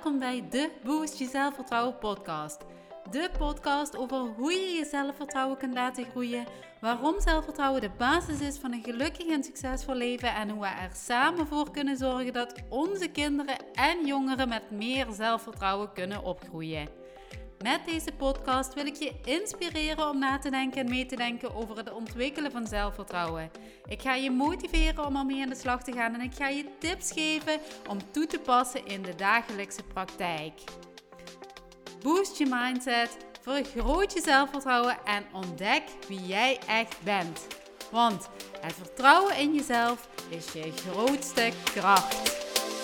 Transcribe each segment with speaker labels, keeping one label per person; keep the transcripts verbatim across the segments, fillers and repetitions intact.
Speaker 1: welkom bij de Boost Je Zelfvertrouwen podcast. De podcast over hoe je je zelfvertrouwen kunt laten groeien, waarom zelfvertrouwen de basis is van een gelukkig en succesvol leven en hoe we er samen voor kunnen zorgen dat onze kinderen en jongeren met meer zelfvertrouwen kunnen opgroeien. Met deze podcast wil ik je inspireren om na te denken en mee te denken over het ontwikkelen van zelfvertrouwen. Ik ga je motiveren om ermee aan de slag te gaan en ik ga je tips geven om toe te passen in de dagelijkse praktijk. Boost je mindset, vergroot je zelfvertrouwen en ontdek wie jij echt bent. Want het vertrouwen in jezelf is je grootste kracht.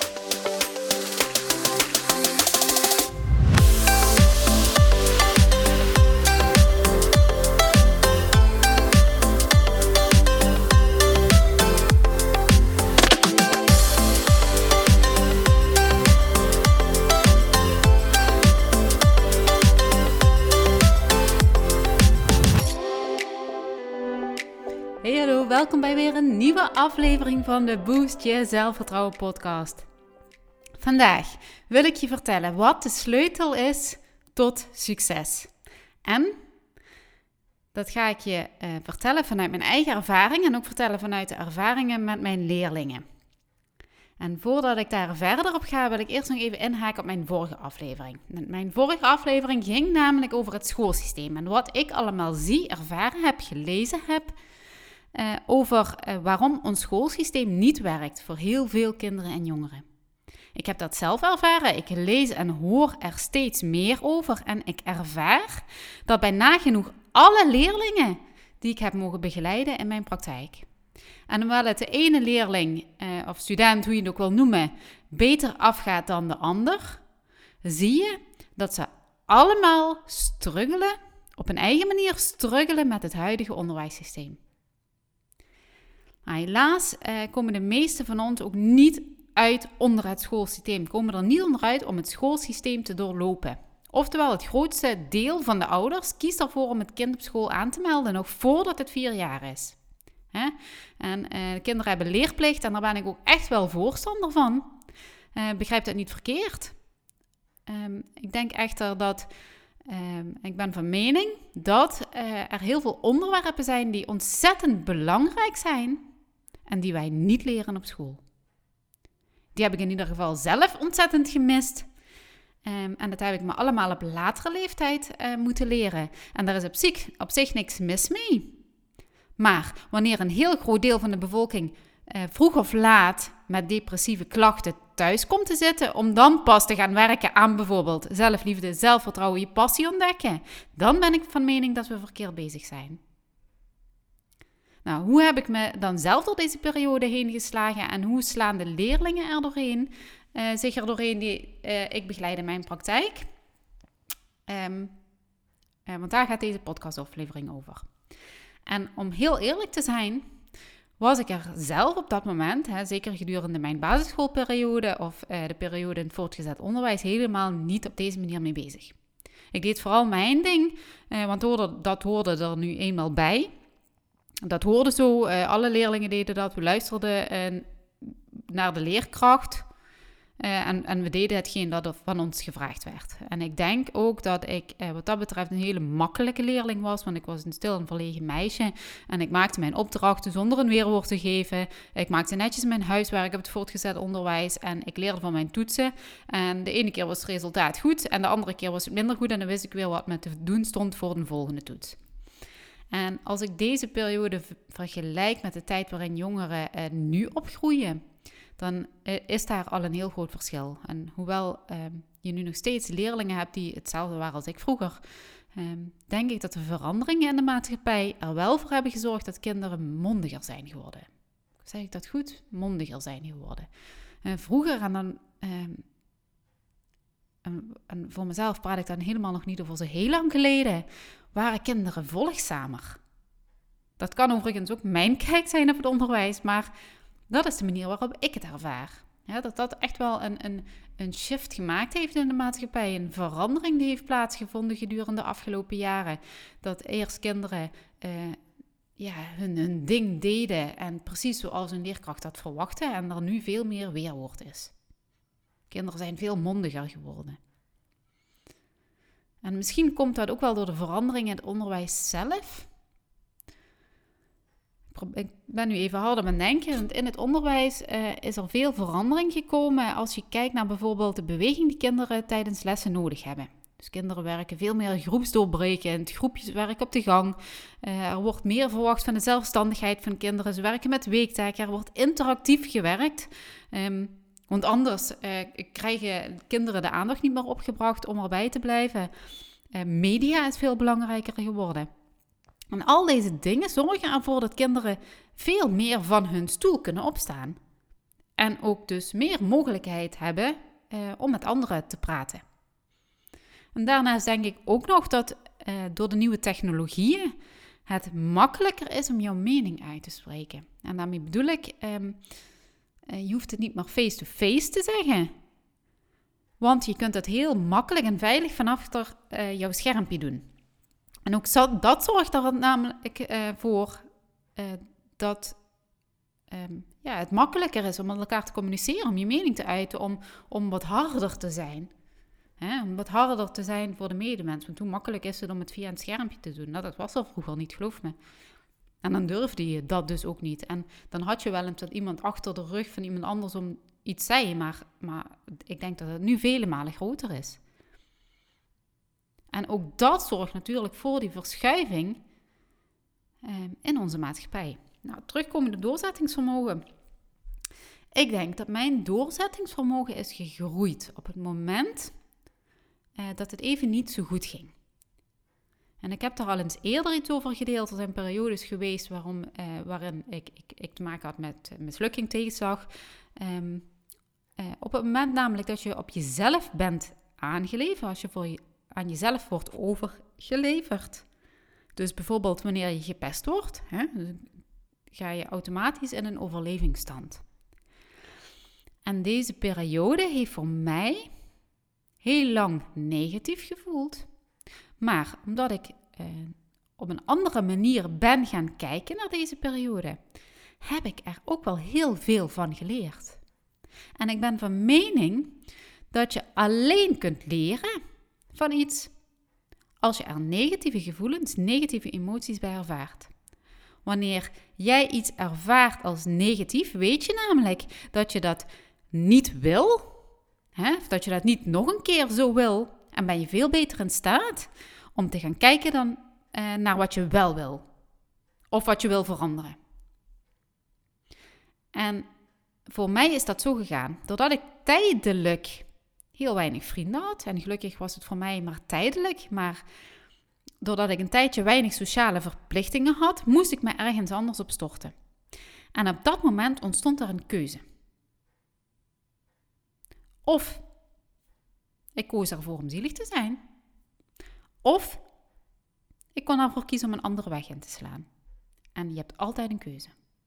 Speaker 1: Hey hallo, welkom bij weer een nieuwe aflevering van de Boost Je Zelfvertrouwen podcast. Vandaag wil ik je vertellen wat de sleutel is tot succes. En dat ga ik je uh, vertellen vanuit mijn eigen ervaring en ook vertellen vanuit de ervaringen met mijn leerlingen. En voordat ik daar verder op ga, wil ik eerst nog even inhaken op mijn vorige aflevering. Mijn vorige aflevering ging namelijk over het schoolsysteem en wat ik allemaal zie, ervaren heb, gelezen heb Uh, over uh, waarom ons schoolsysteem niet werkt voor heel veel kinderen en jongeren. Ik heb dat zelf ervaren, ik lees en hoor er steeds meer over en ik ervaar dat bij nagenoeg alle leerlingen die ik heb mogen begeleiden in mijn praktijk. En hoewel het de ene leerling uh, of student, hoe je het ook wil noemen, beter afgaat dan de ander, zie je dat ze allemaal struggelen, op een eigen manier struggelen met het huidige onderwijssysteem. Maar helaas uh, komen de meeste van ons ook niet uit onder het schoolsysteem. Komen er niet onderuit om het schoolsysteem te doorlopen. Oftewel, het grootste deel van de ouders kiest ervoor om het kind op school aan te melden, nog voordat het vier jaar is. Hè? En uh, de kinderen hebben leerplicht en daar ben ik ook echt wel voorstander van. Uh, begrijp dat niet verkeerd. Um, ik denk echter dat... Um, ik ben van mening dat uh, er heel veel onderwerpen zijn die ontzettend belangrijk zijn en die wij niet leren op school. Die heb ik in ieder geval zelf ontzettend gemist. Um, en dat heb ik me allemaal op latere leeftijd uh, moeten leren. En daar is op zich, op zich niks mis mee. Maar wanneer een heel groot deel van de bevolking uh, vroeg of laat met depressieve klachten thuis komt te zitten, om dan pas te gaan werken aan bijvoorbeeld zelfliefde, zelfvertrouwen, je passie ontdekken, dan ben ik van mening dat we verkeerd bezig zijn. Nou, hoe heb ik me dan zelf door deze periode heen geslagen en hoe slaan de leerlingen er doorheen, uh, zich er doorheen die uh, ik begeleid in mijn praktijk? Um, uh, want daar gaat deze podcastaflevering over. En om heel eerlijk te zijn, was ik er zelf op dat moment, hè, zeker gedurende mijn basisschoolperiode of uh, de periode in het voortgezet onderwijs, helemaal niet op deze manier mee bezig. Ik deed vooral mijn ding, uh, want hoorde, dat hoorde er nu eenmaal bij. Dat hoorde zo, uh, alle leerlingen deden dat, we luisterden uh, naar de leerkracht uh, en, en we deden hetgeen dat er van ons gevraagd werd. En ik denk ook dat ik uh, wat dat betreft een hele makkelijke leerling was, want ik was een stil en verlegen meisje en ik maakte mijn opdrachten zonder een weerwoord te geven. Ik maakte netjes mijn huiswerk op het voortgezet onderwijs en ik leerde van mijn toetsen. En de ene keer was het resultaat goed en de andere keer was het minder goed en dan wist ik weer wat me te doen stond voor de volgende toets. En als ik deze periode vergelijk met de tijd waarin jongeren uh, nu opgroeien, dan uh, is daar al een heel groot verschil. En hoewel uh, je nu nog steeds leerlingen hebt die hetzelfde waren als ik vroeger, uh, denk ik dat de veranderingen in de maatschappij er wel voor hebben gezorgd dat kinderen mondiger zijn geworden. Zeg ik dat goed? Mondiger zijn geworden. Uh, vroeger, en dan... Uh, en, en voor mezelf praat ik dan helemaal nog niet over zo heel lang geleden, waren kinderen volgzamer. Dat kan overigens ook mijn kijk zijn op het onderwijs, maar dat is de manier waarop ik het ervaar. Ja, dat dat echt wel een, een, een shift gemaakt heeft in de maatschappij, een verandering die heeft plaatsgevonden gedurende de afgelopen jaren. Dat eerst kinderen uh, ja, hun, hun ding deden en precies zoals een leerkracht dat verwachtte en er nu veel meer weerwoord is. Kinderen zijn veel mondiger geworden. En misschien komt dat ook wel door de verandering in het onderwijs zelf. Ik ben nu even hard aan het denken. Want in het onderwijs uh, is er veel verandering gekomen als je kijkt naar bijvoorbeeld de beweging die kinderen tijdens lessen nodig hebben. Dus kinderen werken veel meer groepsdoorbrekend, groepjeswerk op de gang. Uh, er wordt meer verwacht van de zelfstandigheid van kinderen. Ze werken met weektaken, er wordt interactief gewerkt. Um, want anders uh, krijgen kinderen de aandacht niet meer opgebracht om erbij te blijven. Uh, media is veel belangrijker geworden. En al deze dingen zorgen ervoor dat kinderen veel meer van hun stoel kunnen opstaan. En ook dus meer mogelijkheid hebben uh, om met anderen te praten. En daarnaast denk ik ook nog dat uh, door de nieuwe technologieën het makkelijker is om jouw mening uit te spreken. En daarmee bedoel ik, um, uh, je hoeft het niet meer face-to-face te zeggen. Want je kunt het heel makkelijk en veilig vanaf achter uh, jouw schermpje doen. En ook zo, dat zorgt er namelijk uh, voor uh, dat um, ja, het makkelijker is om met elkaar te communiceren, om je mening te uiten, om, om wat harder te zijn. Hè? Om wat harder te zijn voor de medemens. Want hoe makkelijk is het om het via een schermpje te doen? Nou, dat was er vroeger niet, geloof me. En dan durfde je dat dus ook niet. En dan had je wel eens dat iemand achter de rug van iemand anders om iets zei, maar, maar ik denk dat het nu vele malen groter is. En ook dat zorgt natuurlijk voor die verschuiving eh, in onze maatschappij. Nou, terugkomende doorzettingsvermogen. Ik denk dat mijn doorzettingsvermogen is gegroeid op het moment eh, dat het even niet zo goed ging. En ik heb daar al eens eerder iets over gedeeld. Er zijn periodes geweest waarom, eh, waarin ik, ik, ik te maken had met mislukking, tegenslag. Um, uh, op het moment namelijk dat je op jezelf bent aangeleverd, als je voor je, aan jezelf wordt overgeleverd. Dus bijvoorbeeld wanneer je gepest wordt, hè, ga je automatisch in een overlevingsstand. En deze periode heeft voor mij heel lang negatief gevoeld. Maar omdat ik eh, op een andere manier ben gaan kijken naar deze periode, heb ik er ook wel heel veel van geleerd. En ik ben van mening dat je alleen kunt leren van iets als je er negatieve gevoelens, negatieve emoties bij ervaart. Wanneer jij iets ervaart als negatief, weet je namelijk dat je dat niet wil, hè? Of dat je dat niet nog een keer zo wil, en ben je veel beter in staat om te gaan kijken dan uh, naar wat je wel wil. Of wat je wil veranderen. En voor mij is dat zo gegaan. Doordat ik tijdelijk heel weinig vrienden had. En gelukkig was het voor mij maar tijdelijk. Maar doordat ik een tijdje weinig sociale verplichtingen had, moest ik me ergens anders op storten. En op dat moment ontstond er een keuze. Of ik koos ervoor om zielig te zijn. Of ik kon ervoor kiezen om een andere weg in te slaan. En je hebt altijd een keuze.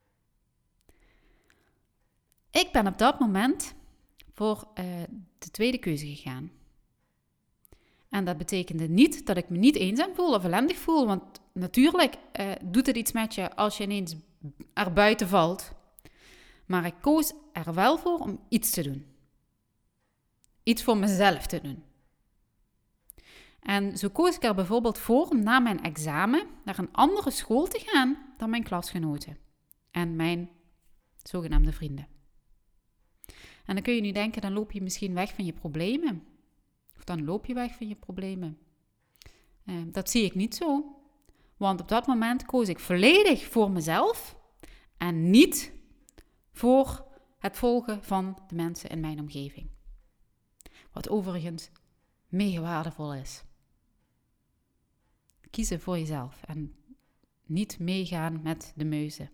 Speaker 1: Ik ben op dat moment voor uh, de tweede keuze gegaan. En dat betekende niet dat ik me niet eenzaam voel of ellendig voel. Want natuurlijk uh, doet het iets met je als je ineens er buiten valt. Maar ik koos er wel voor om iets te doen. Iets voor mezelf te doen. En zo koos ik er bijvoorbeeld voor om na mijn examen naar een andere school te gaan dan mijn klasgenoten. En mijn zogenaamde vrienden. En dan kun je nu denken, dan loop je misschien weg van je problemen. Of dan loop je weg van je problemen. Uh, dat zie ik niet zo. Want op dat moment koos ik volledig voor mezelf. En niet voor het volgen van de mensen in mijn omgeving. Wat overigens mega waardevol is. Kiezen voor jezelf en niet meegaan met de muizen.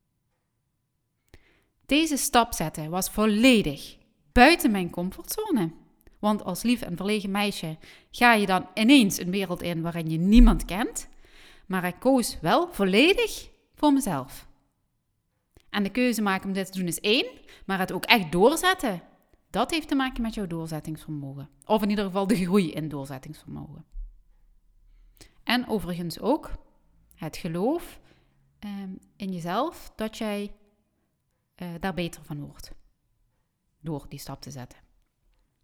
Speaker 1: Deze stap zetten was volledig buiten mijn comfortzone. Want als lief en verlegen meisje ga je dan ineens een wereld in waarin je niemand kent. Maar ik koos wel volledig voor mezelf. En de keuze maken om dit te doen is één, maar het ook echt doorzetten, dat heeft te maken met jouw doorzettingsvermogen. Of in ieder geval de groei in doorzettingsvermogen. En overigens ook het geloof eh, in jezelf dat jij uh, daar beter van wordt. Door die stap te zetten.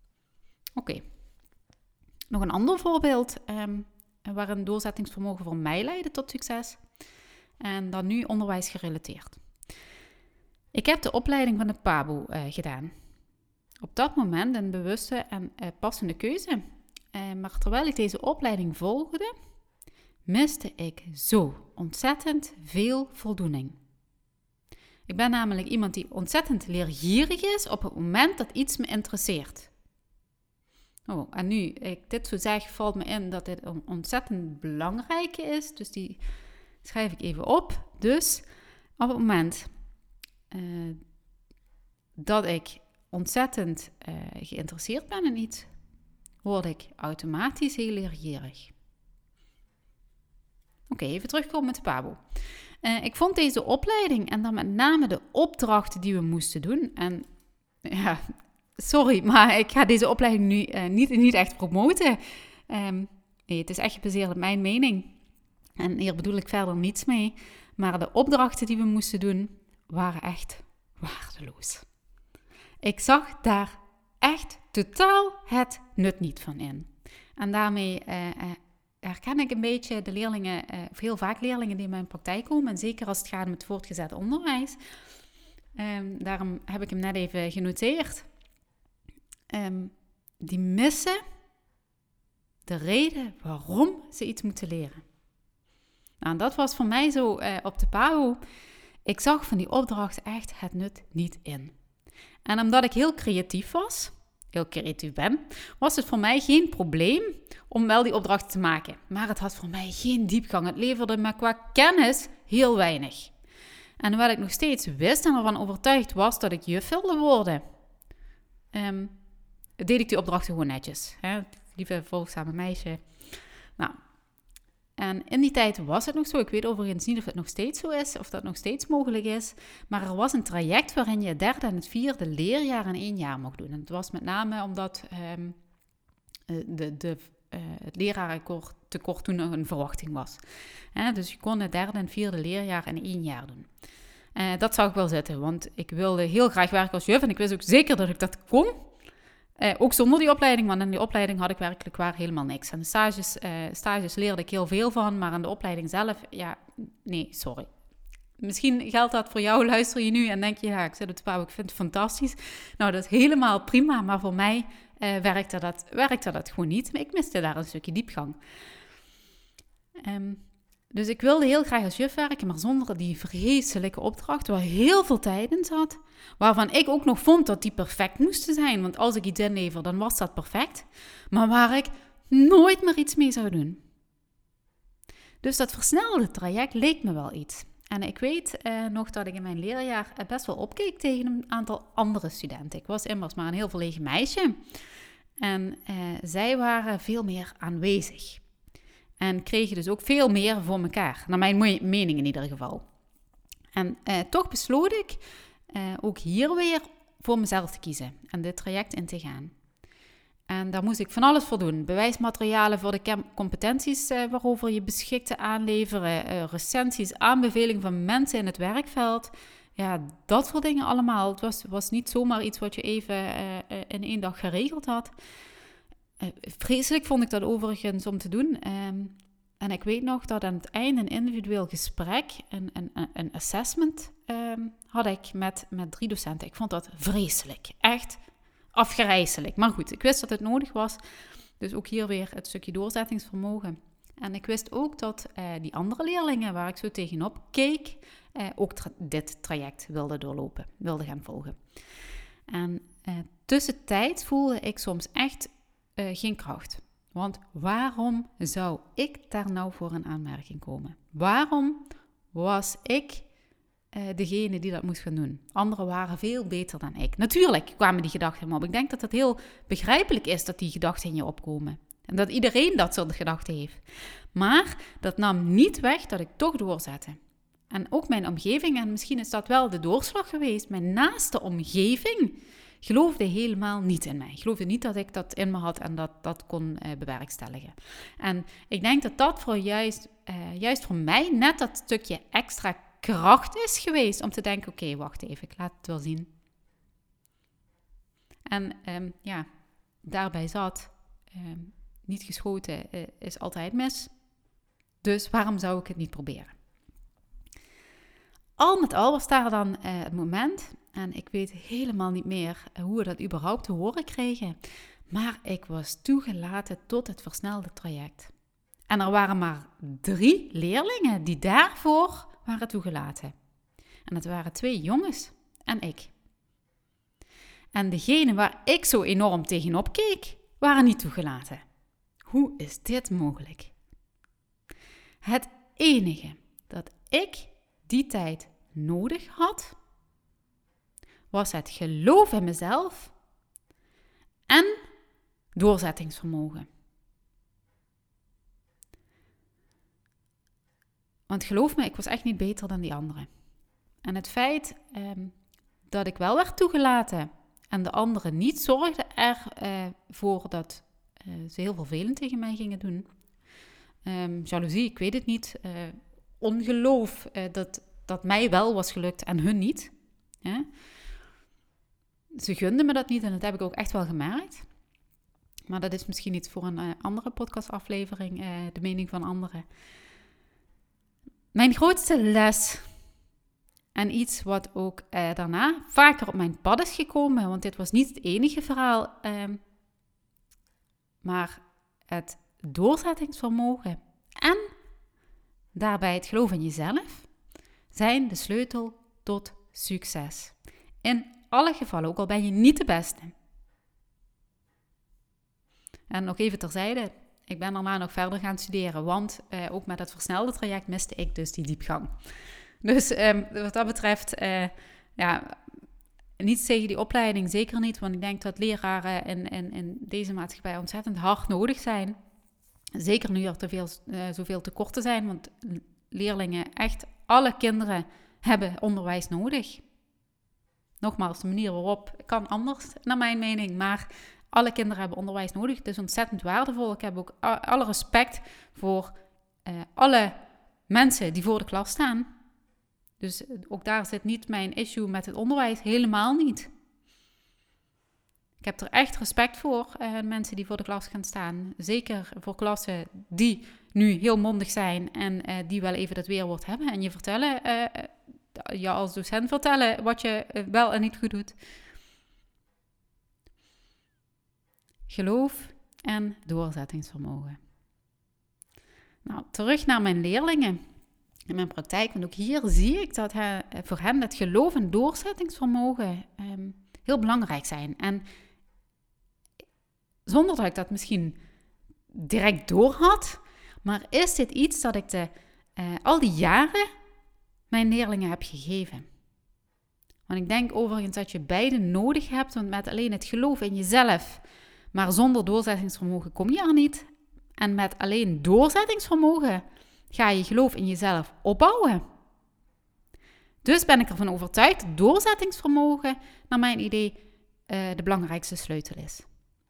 Speaker 1: Oké. Okay. Nog een ander voorbeeld um, waarin doorzettingsvermogen voor mij leidde tot succes. En dan nu onderwijs gerelateerd. Ik heb de opleiding van de P A B O uh, gedaan. Op dat moment een bewuste en uh, passende keuze. Uh, maar terwijl ik deze opleiding volgde, miste ik zo ontzettend veel voldoening. Ik ben namelijk iemand die ontzettend leergierig is op het moment dat iets me interesseert. Oh, en nu ik dit zo zeg, valt me in dat dit een ontzettend belangrijke is. Dus die schrijf ik even op. Dus op het moment uh, dat ik ontzettend uh, geïnteresseerd ben in iets, word ik automatisch heel leergierig. Oké, okay, even terugkomen met de P A B O. Uh, ik vond deze opleiding en dan met name de opdrachten die we moesten doen. En ja, sorry, maar ik ga deze opleiding nu uh, niet, niet echt promoten. Um, nee, het is echt gebaseerd op mijn mening. En hier bedoel ik verder niets mee. Maar de opdrachten die we moesten doen, waren echt waardeloos. Ik zag daar echt totaal het nut niet van in. En daarmee uh, uh, herken ik een beetje de leerlingen, uh, of heel vaak leerlingen die in mijn praktijk komen. En zeker als het gaat om het voortgezet onderwijs. Um, daarom heb ik hem net even genoteerd. Um, die missen de reden waarom ze iets moeten leren. Nou, dat was voor mij zo uh, op de P A B O. Ik zag van die opdracht echt het nut niet in. En omdat ik heel creatief was, heel creatief ben, was het voor mij geen probleem om wel die opdrachten te maken. Maar het had voor mij geen diepgang. Het leverde me qua kennis heel weinig. En hoewel ik nog steeds wist en ervan overtuigd was dat ik juf wilde worden, um, deed ik die opdrachten gewoon netjes. Hè? Lieve, volgzame meisje. Nou, en in die tijd was het nog zo. Ik weet overigens niet of het nog steeds zo is, of dat nog steeds mogelijk is. Maar er was een traject waarin je het derde en het vierde leerjaar in één jaar mocht doen. En het was met name omdat um, de, de, uh, het lerarentekort toen nog een verwachting was. Hè? Dus je kon het derde en vierde leerjaar in één jaar doen. Uh, dat zou ik wel zitten, want ik wilde heel graag werken als juf. En ik wist ook zeker dat ik dat kon. Uh, ook zonder die opleiding, want in die opleiding had ik werkelijk waar helemaal niks. En de stages, uh, stages leerde ik heel veel van, maar aan de opleiding zelf, ja, nee, sorry. Misschien geldt dat voor jou, luister je nu en denk je, ja, ik zit op de P A B O, ik vind het fantastisch. Nou, dat is helemaal prima, maar voor mij uh, werkte, dat, werkte dat gewoon niet. Maar ik miste daar een stukje diepgang. Um, dus ik wilde heel graag als juf werken, maar zonder die vreselijke opdracht, waar heel veel tijd in zat. Waarvan ik ook nog vond dat die perfect moesten zijn. Want als ik iets inlever, dan was dat perfect. Maar waar ik nooit meer iets mee zou doen. Dus dat versnelde traject leek me wel iets. En ik weet uh, nog dat ik in mijn leerjaar best wel opkeek tegen een aantal andere studenten. Ik was immers maar een heel verlegen meisje. En uh, zij waren veel meer aanwezig. En kregen dus ook veel meer voor elkaar. Naar mijn mening in ieder geval. En uh, toch besloot ik uh, ook hier weer voor mezelf te kiezen. En dit traject in te gaan. En daar moest ik van alles voor doen. Bewijsmaterialen voor de competenties uh, waarover je beschikte aanleveren. Uh, recensies, aanbevelingen van mensen in het werkveld. Ja, dat soort dingen allemaal. Het was, was niet zomaar iets wat je even uh, in één dag geregeld had. Uh, vreselijk vond ik dat overigens om te doen. Um, en ik weet nog dat aan het einde een individueel gesprek, een, een, een assessment, um, had ik met, met drie docenten. Ik vond dat vreselijk. Echt afgrijselijk. Maar goed, ik wist dat het nodig was. Dus ook hier weer het stukje doorzettingsvermogen. En ik wist ook dat uh, die andere leerlingen waar ik zo tegenop keek, uh, ook tra- dit traject wilden doorlopen, wilden gaan volgen. En uh, tussentijds voelde ik soms echt uh, geen kracht. Want waarom zou ik daar nou voor in aanmerking komen? Waarom was ik uh, degene die dat moest gaan doen? Anderen waren veel beter dan ik. Natuurlijk kwamen die gedachten in me op. Ik denk dat het heel begrijpelijk is dat die gedachten in je opkomen. En dat iedereen dat soort gedachten heeft. Maar dat nam niet weg dat ik toch doorzette. En ook mijn omgeving, en misschien is dat wel de doorslag geweest, mijn naaste omgeving geloofde helemaal niet in mij. Geloofde niet dat ik dat in me had en dat dat kon uh, bewerkstelligen. En ik denk dat dat voor juist, uh, juist voor mij net dat stukje extra kracht is geweest om te denken, oké, okay, wacht even, ik laat het wel zien. En um, ja, daarbij zat, uh, niet geschoten uh, is altijd mis. Dus waarom zou ik het niet proberen? Al met al was daar dan uh, het moment, en ik weet helemaal niet meer uh, hoe we dat überhaupt te horen kregen, maar ik was toegelaten tot het versnelde traject. En er waren maar drie leerlingen die daarvoor waren toegelaten. En dat waren twee jongens en ik. En degene waar ik zo enorm tegenop keek, waren niet toegelaten. Hoe is dit mogelijk? Het enige dat ik die tijd nodig had, was het geloof in mezelf en doorzettingsvermogen. Want geloof me, ik was echt niet beter dan die anderen. En het feit eh, dat ik wel werd toegelaten en de anderen niet, zorgde ervoor uh, dat uh, ze heel vervelend tegen mij gingen doen. Um, jaloezie, ik weet het niet. Uh, ongeloof uh, dat, dat mij wel was gelukt en hun niet. Ja? Ze gunden me dat niet en dat heb ik ook echt wel gemerkt. Maar dat is misschien iets voor een uh, andere podcastaflevering, uh, de mening van anderen. Mijn grootste les, en iets wat ook uh, daarna vaker op mijn pad is gekomen, want dit was niet het enige verhaal, uh, maar het doorzettingsvermogen en daarbij het geloof in jezelf zijn de sleutel tot succes. In alle gevallen, ook al ben je niet de beste. En nog even terzijde, ik ben daarna nog verder gaan studeren, want uh, ook met het versnelde traject miste ik dus die diepgang. Dus um, wat dat betreft, uh, ja, niets tegen die opleiding, zeker niet, want ik denk dat leraren in, in, in deze maatschappij ontzettend hard nodig zijn. Zeker nu er te veel, uh, zoveel tekorten zijn, want leerlingen, echt alle kinderen hebben onderwijs nodig. Nogmaals, de manier waarop kan anders, naar mijn mening, maar alle kinderen hebben onderwijs nodig. Het is ontzettend waardevol. Ik heb ook alle respect voor uh, alle mensen die voor de klas staan. Dus ook daar zit niet mijn issue met het onderwijs, helemaal niet. Ik heb er echt respect voor, uh, mensen die voor de klas gaan staan. Zeker voor klassen die nu heel mondig zijn en uh, die wel even dat weerwoord hebben. En je vertellen, uh, je als docent vertellen wat je uh, wel en niet goed doet. Geloof en doorzettingsvermogen. Nou, terug naar mijn leerlingen. In mijn praktijk, want ook hier zie ik dat he, voor hen het geloof en doorzettingsvermogen um, heel belangrijk zijn. En zonder dat ik dat misschien direct door had, maar is dit iets dat ik de, uh, al die jaren mijn leerlingen heb gegeven. Want ik denk overigens dat je beide nodig hebt, want met alleen het geloof in jezelf, maar zonder doorzettingsvermogen kom je er niet. En met alleen doorzettingsvermogen ga je geloof in jezelf opbouwen. Dus ben ik ervan overtuigd dat doorzettingsvermogen, naar mijn idee, uh, de belangrijkste sleutel is.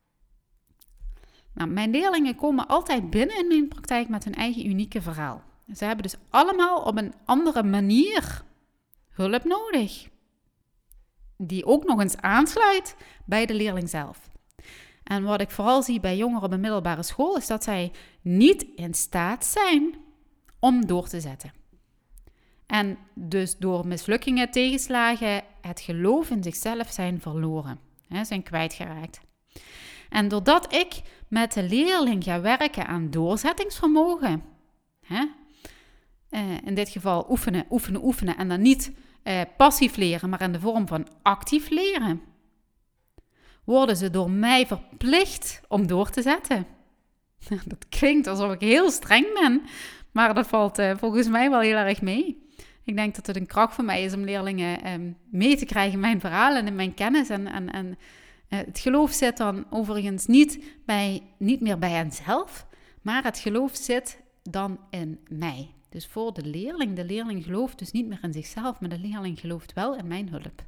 Speaker 1: Nou, mijn leerlingen komen altijd binnen in mijn praktijk met hun eigen unieke verhaal. Ze hebben dus allemaal op een andere manier hulp nodig, die ook nog eens aansluit bij de leerling zelf. En wat ik vooral zie bij jongeren op een middelbare school, is dat zij niet in staat zijn om door te zetten. En dus door mislukkingen, tegenslagen, het geloof in zichzelf zijn verloren, hè, zijn kwijtgeraakt. En doordat ik met de leerling ga werken aan doorzettingsvermogen, hè, uh, in dit geval oefenen, oefenen, oefenen en dan niet uh, passief leren, maar in de vorm van actief leren, worden ze door mij verplicht om door te zetten. Dat klinkt alsof ik heel streng ben, maar dat valt uh, volgens mij wel heel erg mee. Ik denk dat het een kracht voor mij is om leerlingen um, mee te krijgen in mijn verhaal en in mijn kennis. En, en, en uh, het geloof zit dan overigens niet, bij, niet meer bij henzelf, maar het geloof zit dan in mij. Dus voor de leerling, de leerling gelooft dus niet meer in zichzelf, maar de leerling gelooft wel in mijn hulp.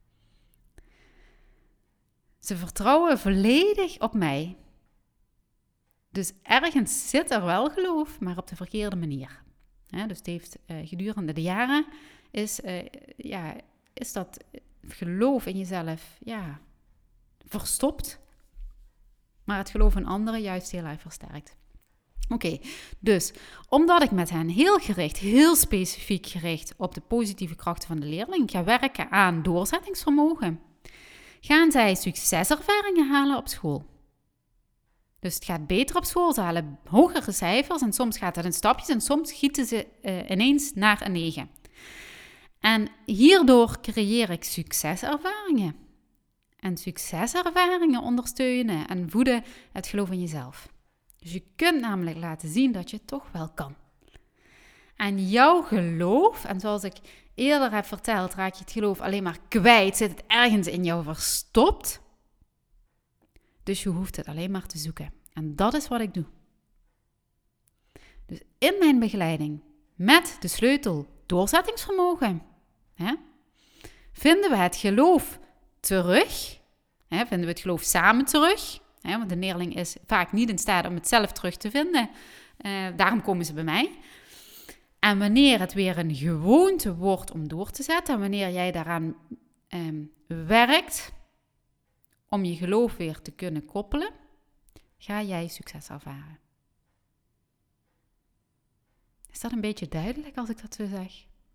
Speaker 1: Ze vertrouwen volledig op mij. Dus ergens zit er wel geloof, maar op de verkeerde manier. He, dus het heeft uh, gedurende de jaren is, uh, ja, is dat geloof in jezelf ja, verstopt. maar het geloof in anderen juist heel erg versterkt. Oké, okay, dus omdat ik met hen heel gericht, heel specifiek gericht op de positieve krachten van de leerling ga werken aan doorzettingsvermogen, gaan zij succeservaringen halen op school. Dus het gaat beter op school, ze halen hogere cijfers en soms gaat het in stapjes en soms schieten ze uh, ineens naar een negen. En hierdoor creëer ik succeservaringen. En succeservaringen ondersteunen en voeden het geloof in jezelf. Dus je kunt namelijk laten zien dat je het toch wel kan. En jouw geloof, en zoals ik eerder heb verteld, raak je het geloof alleen maar kwijt, zit het ergens in jou verstopt. Dus je hoeft het alleen maar te zoeken. En dat is wat ik doe. Dus in mijn begeleiding met de sleutel doorzettingsvermogen, hè, vinden we het geloof terug. Hè, vinden we het geloof samen terug. Hè, want de leerling is vaak niet in staat om het zelf terug te vinden. Uh, daarom komen ze bij mij. En wanneer het weer een gewoonte wordt om door te zetten, en wanneer jij daaraan um, werkt om je geloof weer te kunnen koppelen, ga jij succes ervaren. Is dat een beetje duidelijk als ik dat zo zeg?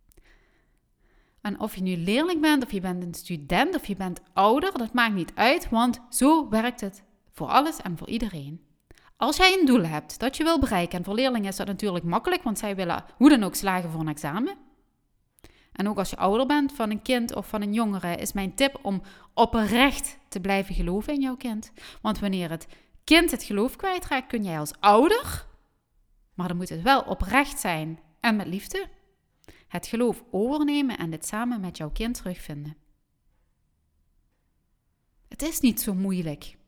Speaker 1: En of je nu leerling bent, of je bent een student, of je bent ouder, dat maakt niet uit, want zo werkt het voor alles en voor iedereen. Als jij een doel hebt dat je wil bereiken, en voor leerlingen is dat natuurlijk makkelijk, want zij willen hoe dan ook slagen voor een examen. En ook als je ouder bent van een kind of van een jongere, is mijn tip om oprecht te blijven geloven in jouw kind. Want wanneer het kind het geloof kwijtraakt, kun jij als ouder, maar dan moet het wel oprecht zijn en met liefde, het geloof overnemen en dit samen met jouw kind terugvinden. Het is niet zo moeilijk.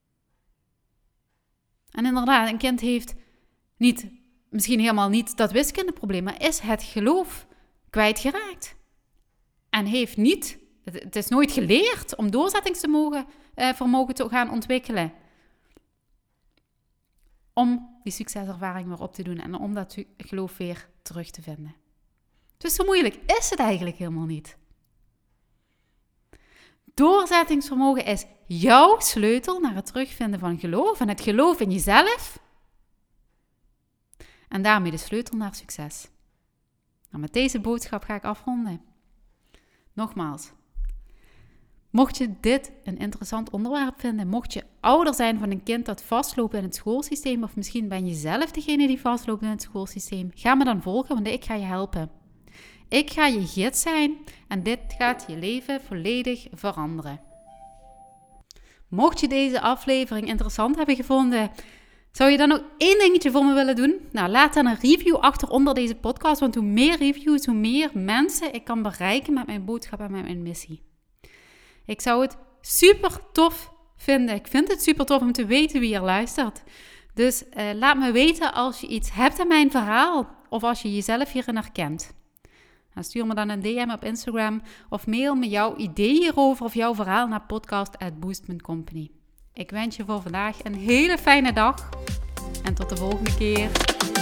Speaker 1: En inderdaad, een kind heeft niet, misschien helemaal niet dat wiskundeprobleem, maar is het geloof kwijtgeraakt. En heeft niet, het is nooit geleerd om doorzettingsvermogen eh, vermogen te gaan ontwikkelen. Om die succeservaring weer op te doen en om dat geloof weer terug te vinden. Dus zo moeilijk is het eigenlijk helemaal niet. Doorzettingsvermogen is jouw sleutel naar het terugvinden van geloof en het geloof in jezelf. En daarmee de sleutel naar succes. Nou, met deze boodschap ga ik afronden. Nogmaals, mocht je dit een interessant onderwerp vinden, mocht je ouder zijn van een kind dat vastloopt in het schoolsysteem, of misschien ben je zelf degene die vastloopt in het schoolsysteem, ga me dan volgen, want ik ga je helpen. Ik ga je gids zijn en dit gaat je leven volledig veranderen. Mocht je deze aflevering interessant hebben gevonden, zou je dan ook één dingetje voor me willen doen? Nou, laat dan een review achter onder deze podcast, want hoe meer reviews, hoe meer mensen ik kan bereiken met mijn boodschap en met mijn missie. Ik zou het super tof vinden. Ik vind het super tof om te weten wie er luistert. Dus uh, laat me weten als je iets hebt aan mijn verhaal of als je jezelf hierin herkent. Nou, stuur me dan een D M op Instagram of mail me jouw idee hierover of jouw verhaal naar podcast at boost punt company. Ik wens je voor vandaag een hele fijne dag en tot de volgende keer.